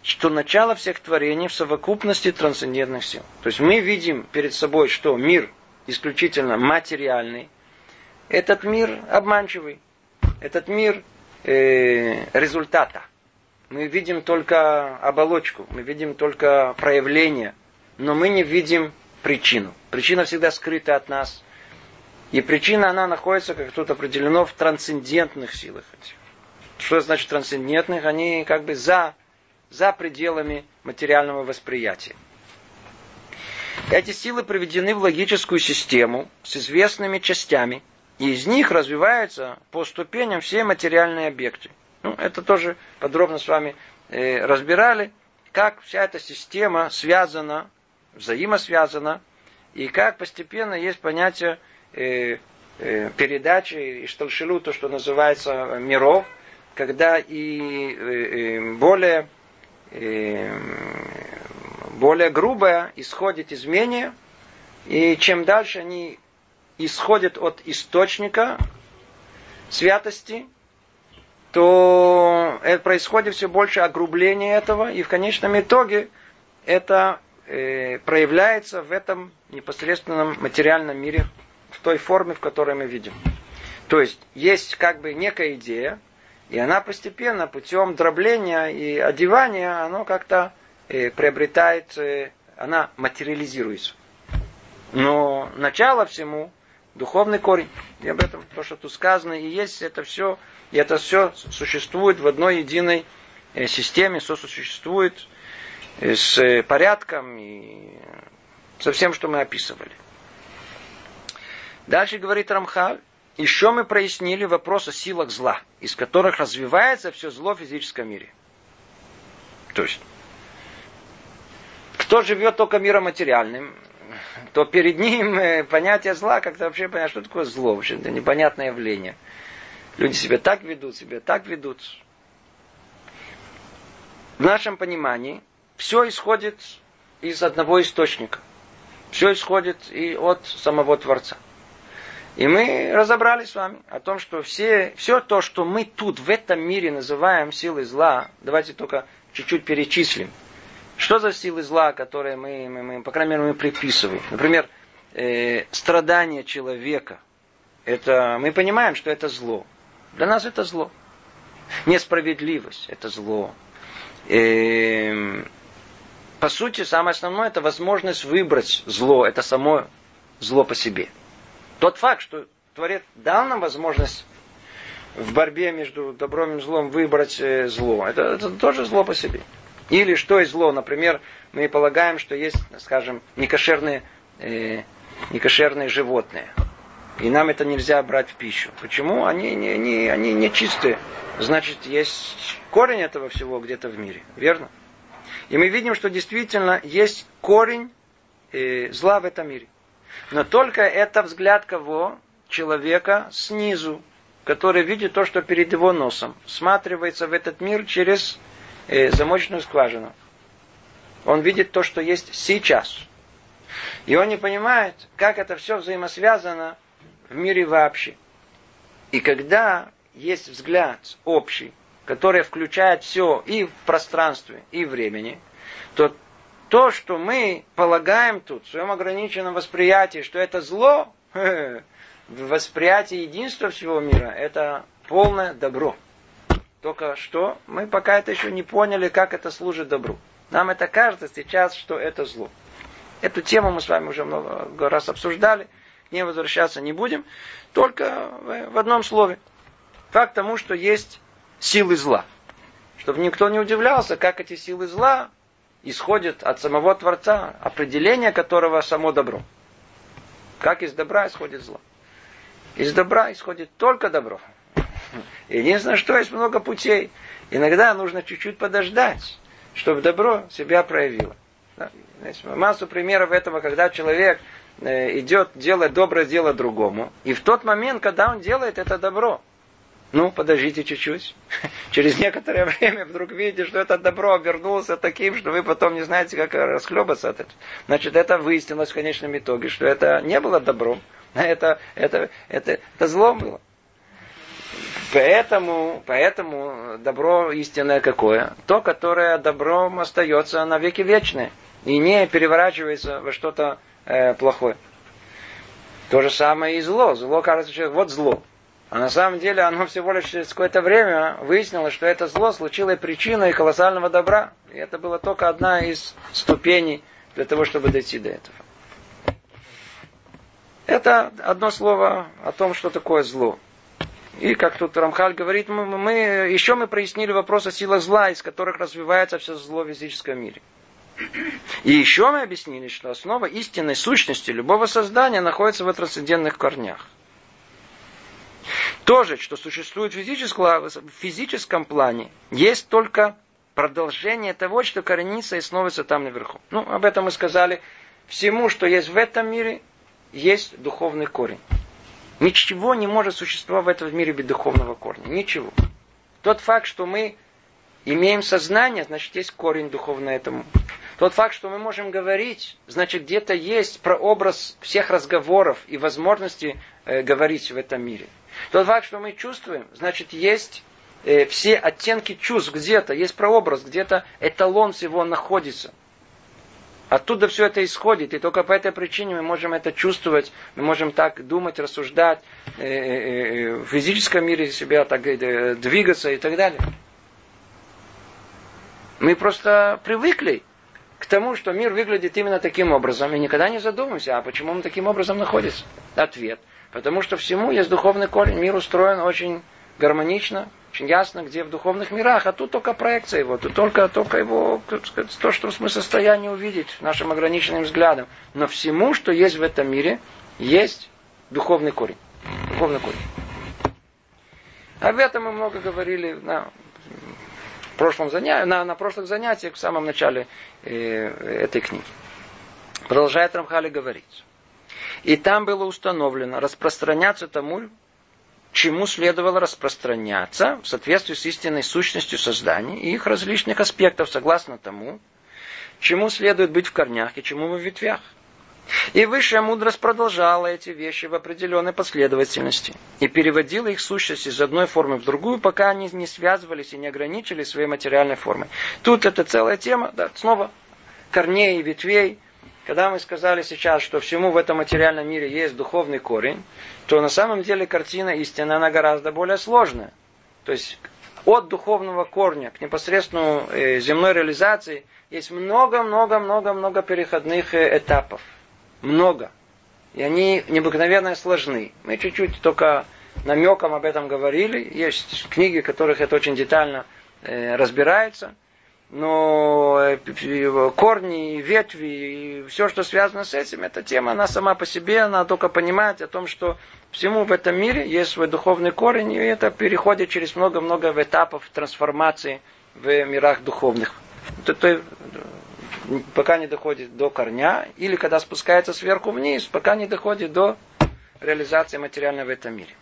что начало всех творений в совокупности трансцендентных сил. То есть мы видим перед собой, что мир исключительно материальный. Этот мир обманчивый. Этот мир э, результата. Мы видим только оболочку, мы видим только проявление, но мы не видим причину. Причина всегда скрыта от нас. И причина, она находится, как тут определено, в трансцендентных силах. Что значит трансцендентных? Они как бы за, за пределами материального восприятия. Эти силы приведены в логическую систему с известными частями, и из них развиваются по ступеням все материальные объекты. Ну, это тоже подробно с вами э, разбирали, как вся эта система связана, взаимосвязана, и как постепенно есть понятие э, э, передачи и шталшилу, то, что называется миров, когда и э, э, более, э, более грубое исходит из менее, и чем дальше они исходят от источника святости, то происходит все больше огрубления этого, и в конечном итоге это э, проявляется в этом непосредственном материальном мире в той форме, в которой мы видим. То есть есть как бы некая идея, и она постепенно путем дробления и одевания, она как-то э, приобретает, э, она материализируется. Но начало всему духовный корень. И об этом то, что тут сказано, и есть это все, и это все существует в одной единой системе, сосуществует с порядком и со всем, что мы описывали. Дальше говорит Рамхаль, еще мы прояснили вопрос о силах зла, из которых развивается все зло в физическом мире. То есть, кто живет только миром материальным, то перед ним понятие зла, как-то вообще понять, что такое зло, вообще это непонятное явление. Люди себя так ведут, себя так ведут. В нашем понимании все исходит из одного источника. Все исходит и от самого Творца. И мы разобрались с вами о том, что все, все то, что мы тут, в этом мире называем силой зла, давайте только чуть-чуть перечислим. Что за силы зла, которые мы, мы, мы по крайней мере, мы приписываем? Например, э, страдание человека. Это, мы понимаем, что это зло. Для нас это зло. Несправедливость – это зло. Э, по сути, самое основное – это возможность выбрать зло. Это само зло по себе. Тот факт, что Творец дал нам возможность в борьбе между добром и злом выбрать э, зло, это, это тоже зло по себе. Или что есть зло? Например, мы полагаем, что есть, скажем, некошерные, э, некошерные животные. И нам это нельзя брать в пищу. Почему? Они, не, они, они не чистые. Значит, есть корень этого всего где-то в мире. Верно? И мы видим, что действительно есть корень э, зла в этом мире. Но только это взгляд кого? Человека снизу, который видит то, что перед его носом. Всматривается в этот мир через замочную скважину. Он видит то, что есть сейчас. И он не понимает, как это все взаимосвязано в мире вообще. И когда есть взгляд общий, который включает все и в пространстве, и в времени, то то, что мы полагаем тут, в своем ограниченном восприятии, что это зло, в восприятии единства всего мира, это полное добро. Только что мы пока это еще не поняли, как это служит добру. Нам это кажется сейчас, что это зло. Эту тему мы с вами уже много раз обсуждали. К ней возвращаться не будем. Только в одном слове. Факт тому, что есть силы зла. Чтобы никто не удивлялся, как эти силы зла исходят от самого Творца, определение которого само добро. Как из добра исходит зло. Из добра исходит только добро. Единственное, что есть много путей. Иногда нужно чуть-чуть подождать, чтобы добро себя проявило. Да? Массу примеров этого, когда человек идет, делает доброе дело другому. И в тот момент, когда он делает это добро, ну, подождите чуть-чуть. Через некоторое время вдруг видите, что это добро обернулось таким, что вы потом не знаете, как расхлебаться от этого. Значит, это выяснилось в конечном итоге, что это не было добром, а это, это, это, это злом было. Поэтому, поэтому добро истинное какое? То, которое добром остается на веки вечные и не переворачивается во что-то э, плохое. То же самое и зло. Зло, кажется, что вот зло. А на самом деле оно всего лишь через какое-то время выяснилось, что это зло случилось причиной колоссального добра. И это была только одна из ступеней для того, чтобы дойти до этого. Это одно слово о том, что такое зло. И как тут Рамхаль говорит, мы, мы, еще мы прояснили вопрос о силах зла, из которых развивается все зло в физическом мире. И еще мы объяснили, что основа истинной сущности любого создания находится в трансцендентных корнях. То же, что существует в физическом, в физическом плане, есть только продолжение того, что коренится и становится там наверху. Ну, об этом мы сказали. Всему, что есть в этом мире, есть духовный корень. Ничего не может существовать в этом мире без духовного корня. Ничего. Тот факт, что мы имеем сознание, значит, есть корень духовный этому. Тот факт, что мы можем говорить, значит, где-то есть прообраз всех разговоров и возможности э, говорить в этом мире. Тот факт, что мы чувствуем, значит, есть э, все оттенки чувств где-то, есть прообраз, где-то эталон всего находится. Оттуда все это исходит, и только по этой причине мы можем это чувствовать, мы можем так думать, рассуждать, э, э, в физическом мире себя так э, двигаться и так далее. Мы просто привыкли к тому, что мир выглядит именно таким образом, и никогда не задумываемся, а почему он таким образом находится. Ответ. Потому что всему есть духовный корень, мир устроен очень гармонично, очень ясно, где в духовных мирах, а тут только проекция его, тут только, только его, то, что мы в состоянии увидеть нашим ограниченным взглядом. Но всему, что есть в этом мире, есть духовный корень. Духовный корень. Об этом мы много говорили на прошлом занятии, на, на прошлых занятиях, в самом начале э, этой книги. Продолжает Рамхаль говорить. И там было установлено распространяться тому, чему следовало распространяться в соответствии с истинной сущностью создания и их различных аспектов, согласно тому, чему следует быть в корнях и чему в ветвях. И высшая мудрость продолжала эти вещи в определенной последовательности и переводила их сущность из одной формы в другую, пока они не связывались и не ограничили своей материальной формой. Тут это целая тема, да, снова корней и ветвей. Когда мы сказали сейчас, что всему в этом материальном мире есть духовный корень, то на самом деле картина истины, она гораздо более сложная. То есть от духовного корня к непосредственной земной реализации есть много-много-много-много переходных этапов. Много. И они необыкновенно сложны. Мы чуть-чуть только намеком об этом говорили. Есть книги, в которых это очень детально э, разбирается. Но корни, ветви и все, что связано с этим, эта тема, она сама по себе, она только понимает о том, что всему в этом мире есть свой духовный корень, и это переходит через много-много этапов трансформации в мирах духовных. То, то, пока не доходит до корня, или когда спускается сверху вниз, пока не доходит до реализации материальной в этом мире.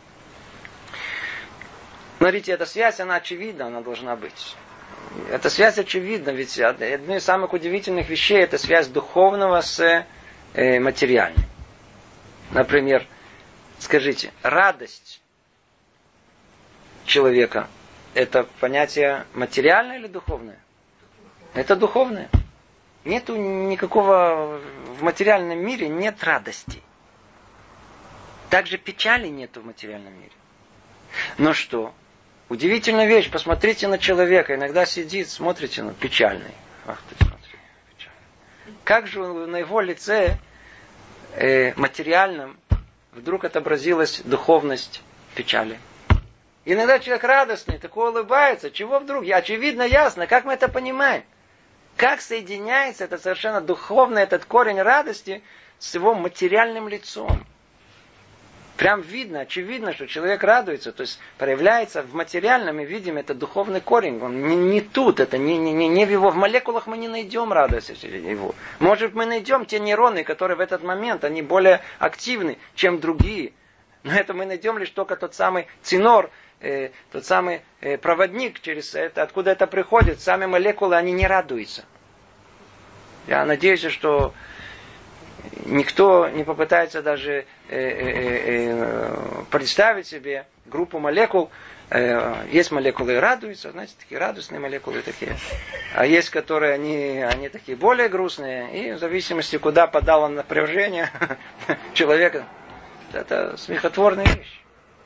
Смотрите, эта связь, она очевидна, она должна быть. Эта связь очевидна, ведь одна из самых удивительных вещей это связь духовного с э, материальным. Например, скажите, радость человека это понятие материальное или духовное? Это духовное. Нету никакого в материальном мире нет радости. Также печали нету в материальном мире. Но что? Удивительная вещь, посмотрите на человека, иногда сидит, смотрите, ну, печальный. Ах ты, смотри, печальный. Как же на его лице э, материальном вдруг отобразилась духовность печали? Иногда человек радостный, такой улыбается, чего вдруг? Я, очевидно, ясно, как мы это понимаем? Как соединяется это совершенно духовный, этот корень радости с его материальным лицом? Прям видно, очевидно, что человек радуется, то есть проявляется в материальном, и видим, это духовный корень. Он не, не тут, это не, не, не, не в его, в молекулах мы не найдем радости его. Может, мы найдем те нейроны, которые в этот момент, они более активны, чем другие. Но это мы найдем лишь только тот самый цинор, э, тот самый э, проводник, через это, откуда это приходит. Сами молекулы, они не радуются. Я надеюсь, что никто не попытается даже э, э, э, представить себе группу молекул. Э, есть молекулы радуются, знаете, такие радостные молекулы такие. А есть, которые они, они такие более грустные. И в зависимости, куда подало напряжение человека, это смехотворная вещь.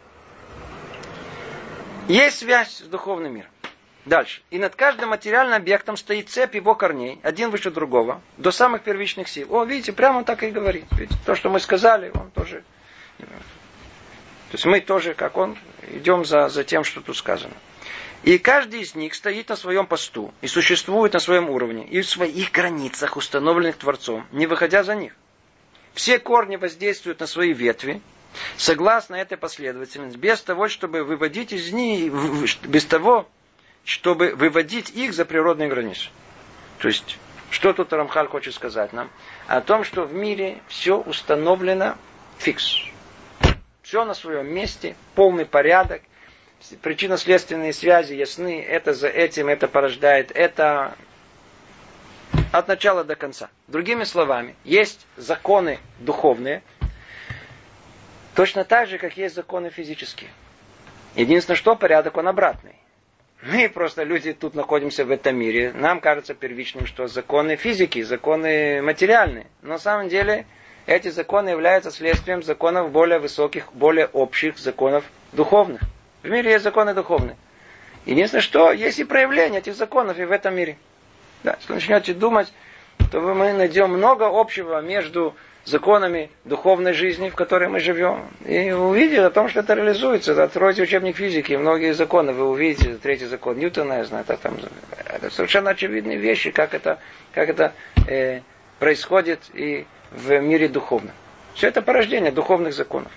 Есть связь с духовным миром. Дальше. И над каждым материальным объектом стоит цепь его корней, один выше другого, до самых первичных сил. О, видите, прямо он так и говорит. Видите, то, что мы сказали, он тоже... То есть мы тоже, как он, идем за, за тем, что тут сказано. И каждый из них стоит на своем посту и существует на своем уровне и в своих границах, установленных Творцом, не выходя за них. Все корни воздействуют на свои ветви, согласно этой последовательности, без того, чтобы выводить из них, без того, чтобы выводить их за природные границы. То есть, что тут Рамхаль хочет сказать нам? О том, что в мире все установлено фикс. Все на своем месте, полный порядок, причинно-следственные связи ясны, это за этим, это порождает, это от начала до конца. Другими словами, есть законы духовные, точно так же, как есть законы физические. Единственное, что порядок он обратный. Мы просто люди тут находимся в этом мире. Нам кажется первичным, что законы физики, законы материальные. Но на самом деле эти законы являются следствием законов более высоких, более общих законов духовных. В мире есть законы духовные. Единственное, что есть и проявление этих законов и в этом мире. Да, если начнете думать, то мы найдем много общего между законами духовной жизни, в которой мы живем. И увидите о том, что это реализуется. Откройте учебник физики, многие законы, вы увидите, третий закон Ньютона, я знаю, это, там, это совершенно очевидные вещи, как это, как это э, происходит и в мире духовном. Все это порождение духовных законов.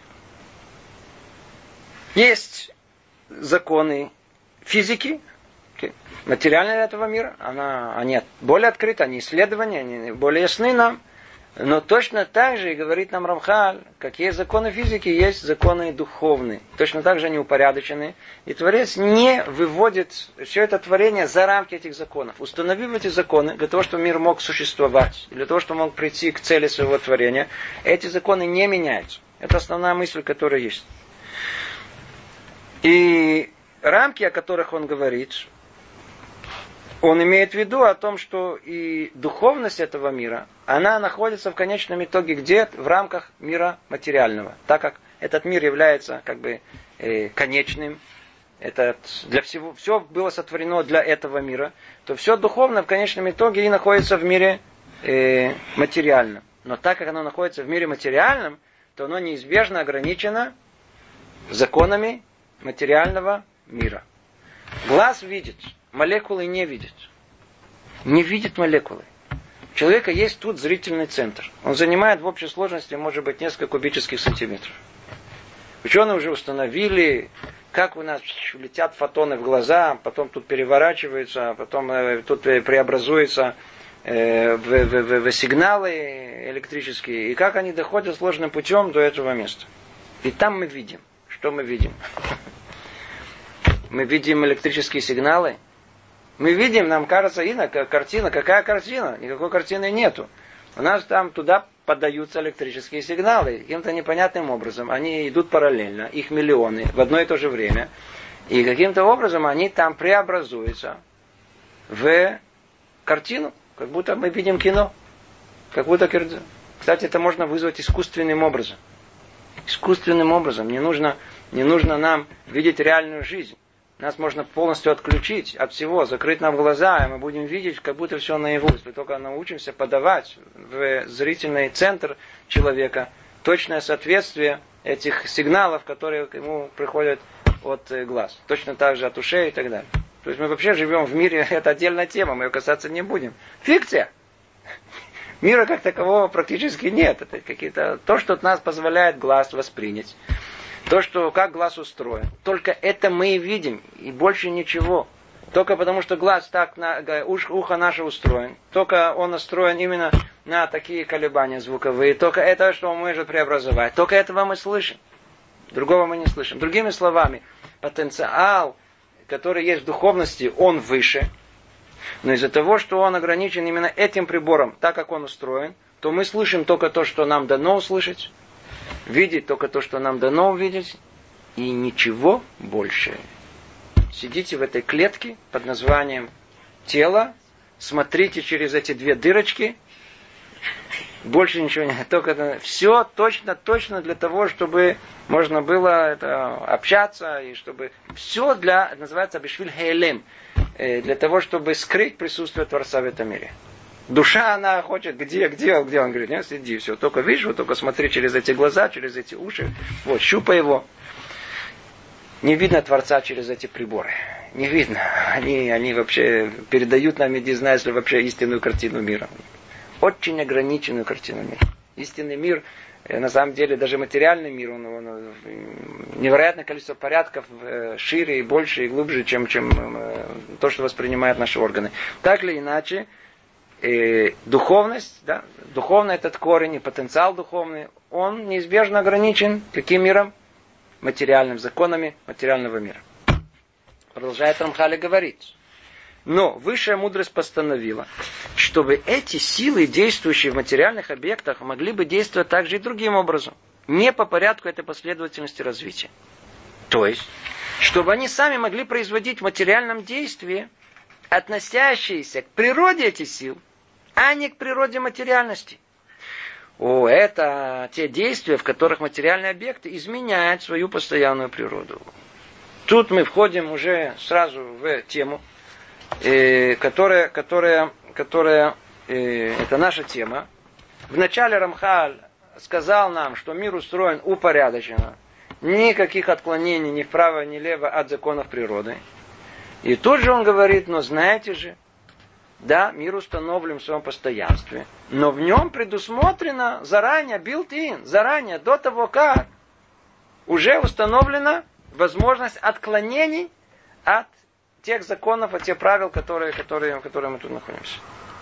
Есть законы физики, материальные этого мира, она, они более открыты, они исследования, они более ясны нам. Но точно так же, и говорит нам Рамхаль, как есть законы физики, есть законы духовные. Точно так же они упорядочены. И Творец не выводит все это творение за рамки этих законов. Установив эти законы, для того, чтобы мир мог существовать, для того, чтобы он мог прийти к цели своего творения, эти законы не меняются. Это основная мысль, которая есть. И рамки, о которых он говорит, он имеет в виду о том, что и духовность этого мира, она находится в конечном итоге где? В рамках мира материального. Так как этот мир является как бы э, конечным, это для всего, все было сотворено для этого мира, то все духовное в конечном итоге и находится в мире э, материальном. Но так как оно находится в мире материальном, то оно неизбежно ограничено законами материального мира. Глаз видит, молекулы не видят. Не видит молекулы. У человека есть тут зрительный центр. Он занимает в общей сложности, может быть, несколько кубических сантиметров. Ученые уже установили, как у нас летят фотоны в глаза, потом тут переворачиваются, потом тут преобразуются в, в, в, в сигналы электрические, и как они доходят сложным путем до этого места. И там мы видим. Что мы видим? Мы видим электрические сигналы. Мы видим, нам кажется, и картина. Какая картина? Никакой картины нету. У нас там туда поддаются электрические сигналы. Каким-то непонятным образом. Они идут параллельно. Их миллионы в одно и то же время. И каким-то образом они там преобразуются в картину. Как будто мы видим кино. Как будто... Кстати, это можно вызвать искусственным образом. Искусственным образом. Не нужно, не нужно нам видеть реальную жизнь. Нас можно полностью отключить от всего, закрыть нам глаза, и мы будем видеть, как будто все наяву. Если только научимся подавать в зрительный центр человека точное соответствие этих сигналов, которые ему приходят от глаз. Точно так же от ушей и так далее. То есть мы вообще живем в мире, это отдельная тема, мы ее касаться не будем. Фикция! Мира как такового практически нет. Это какие-то то, что от нас позволяет глаз воспринять. То, что как глаз устроен. Только это мы и видим. И больше ничего. Только потому, что глаз так, на, ухо наше устроен. Только он настроен именно на такие колебания звуковые. Только это, что он может преобразовать. Только этого мы слышим. Другого мы не слышим. Другими словами, потенциал, который есть в духовности, он выше. Но из-за того, что он ограничен именно этим прибором, так как он устроен, то мы слышим только то, что нам дано услышать, видеть только то, что нам дано увидеть, и ничего больше. Сидите в этой клетке под названием тело, смотрите через эти две дырочки, больше ничего не, только это, все точно, точно для того, чтобы можно было это, общаться, и чтобы все для, называется бишвиль хейлем, для того, чтобы скрыть присутствие Творца в этом мире. Душа, она хочет, где, где, где, он говорит, нет, сиди, все, только видишь, вот только смотри через эти глаза, через эти уши, вот, щупай его. Не видно Творца через эти приборы. Не видно. Они, они вообще передают нам, не знаю, если вообще истинную картину мира. Очень ограниченную картину мира. Истинный мир, на самом деле, даже материальный мир, он, он невероятное количество порядков шире и больше и глубже, чем, чем то, что воспринимают наши органы. Так или иначе, э, духовность, да, духовный этот корень и потенциал духовный, он неизбежно ограничен каким миром? Материальными законами материального мира. Продолжает Рамхаль говорить. Но высшая мудрость постановила, чтобы эти силы, действующие в материальных объектах, могли бы действовать также и другим образом. Не по порядку этой последовательности развития. То есть, чтобы они сами могли производить в материальном действии, относящиеся к природе этих сил, а не к природе материальности. О, это те действия, в которых материальные объекты изменяют свою постоянную природу. Тут мы входим уже сразу в тему, э, которая, которая, которая э, это наша тема. Вначале Рамхаль сказал нам, что мир устроен упорядоченно. Никаких отклонений ни вправо, ни влево от законов природы. И тут же он говорит, но знаете же, да, мир установлен в своем постоянстве, но в нем предусмотрено заранее, built-in, заранее, до того, как уже установлена возможность отклонений от тех законов, от тех правил, которые, которые, в которых мы тут находимся.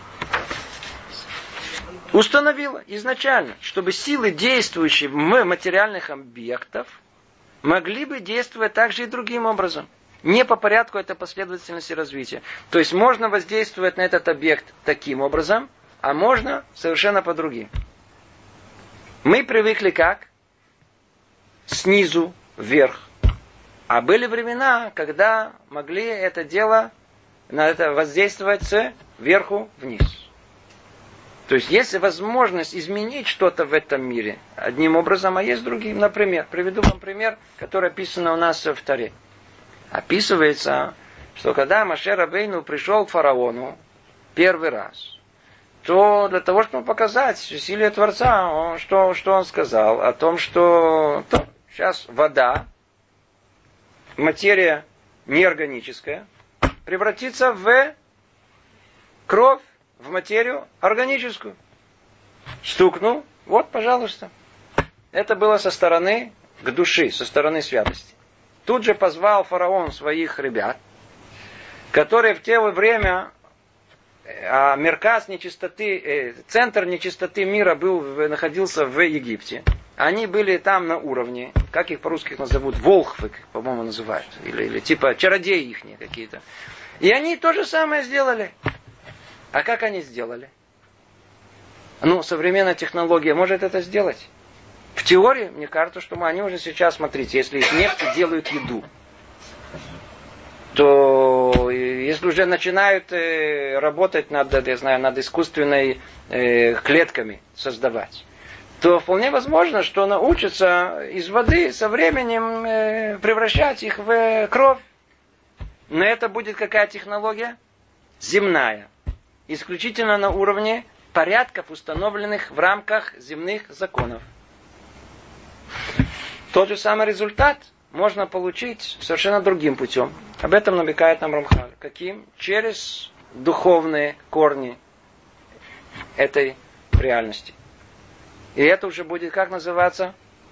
Установила изначально, чтобы силы, действующие в материальных объектах, могли бы действовать также и другим образом. Не по порядку этой последовательности развития. То есть можно воздействовать на этот объект таким образом, а можно совершенно по другим. Мы привыкли как? Снизу вверх. А были времена, когда могли это дело, на это воздействовать сверху вниз. То есть есть возможность изменить что-то в этом мире одним образом, а есть другим. Например, приведу вам пример, который описан у нас в Торе. Описывается, что когда Моше Рабейну пришел к фараону первый раз, то для того, чтобы показать силе Творца, он, что, что он сказал? О том, что то, сейчас вода, материя неорганическая, превратится в кровь, в материю органическую. Стукнул, вот, пожалуйста. Это было со стороны к души, со стороны святости. Тут же позвал фараон своих ребят, которые в то время, а мерказ нечистоты, э, центр нечистоты мира был, находился в Египте. Они были там на уровне, как их по-русски назовут, волхвы, по-моему, называют, или, или типа чародеи их какие-то. И они то же самое сделали. А как они сделали? Ну, современная технология может это сделать. В теории, мне кажется, что мы, они уже сейчас, смотрите, если из нефти делают еду, то если уже начинают э, работать над, я знаю, над искусственными э, клетками создавать, то вполне возможно, что научатся из воды со временем э, превращать их в кровь. Но это будет какая технология? Земная. Исключительно на уровне порядков, установленных в рамках земных законов. Тот же самый результат можно получить совершенно другим путем. Об этом намекает нам Рамхаль. Каким? Через духовные корни этой реальности. И это уже будет как называться?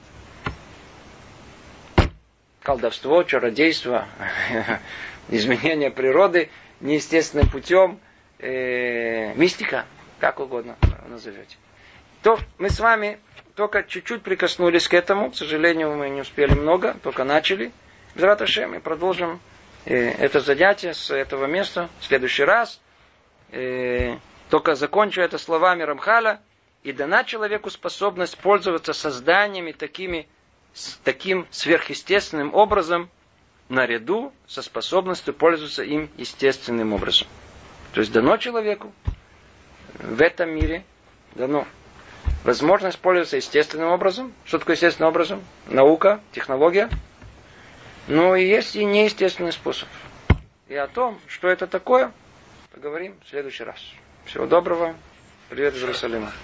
Колдовство, чародейство, изменение природы неестественным путем, э, мистика, как угодно назовете. То мы с вами только чуть-чуть прикоснулись к этому. К сожалению, мы не успели много, только начали. Б'эзрат Ашем, мы продолжим э, это занятие с этого места в следующий раз. Э, только закончу это словами Рамхаля. И дана человеку способность пользоваться созданиями такими, с таким сверхъестественным образом, наряду со способностью пользоваться им естественным образом. То есть дано человеку в этом мире, дано возможность пользоваться естественным образом. Что такое естественным образом? Наука, технология. Но и есть и неестественный способ. И о том, что это такое, поговорим в следующий раз. Всего доброго. Привет из Иерусалима.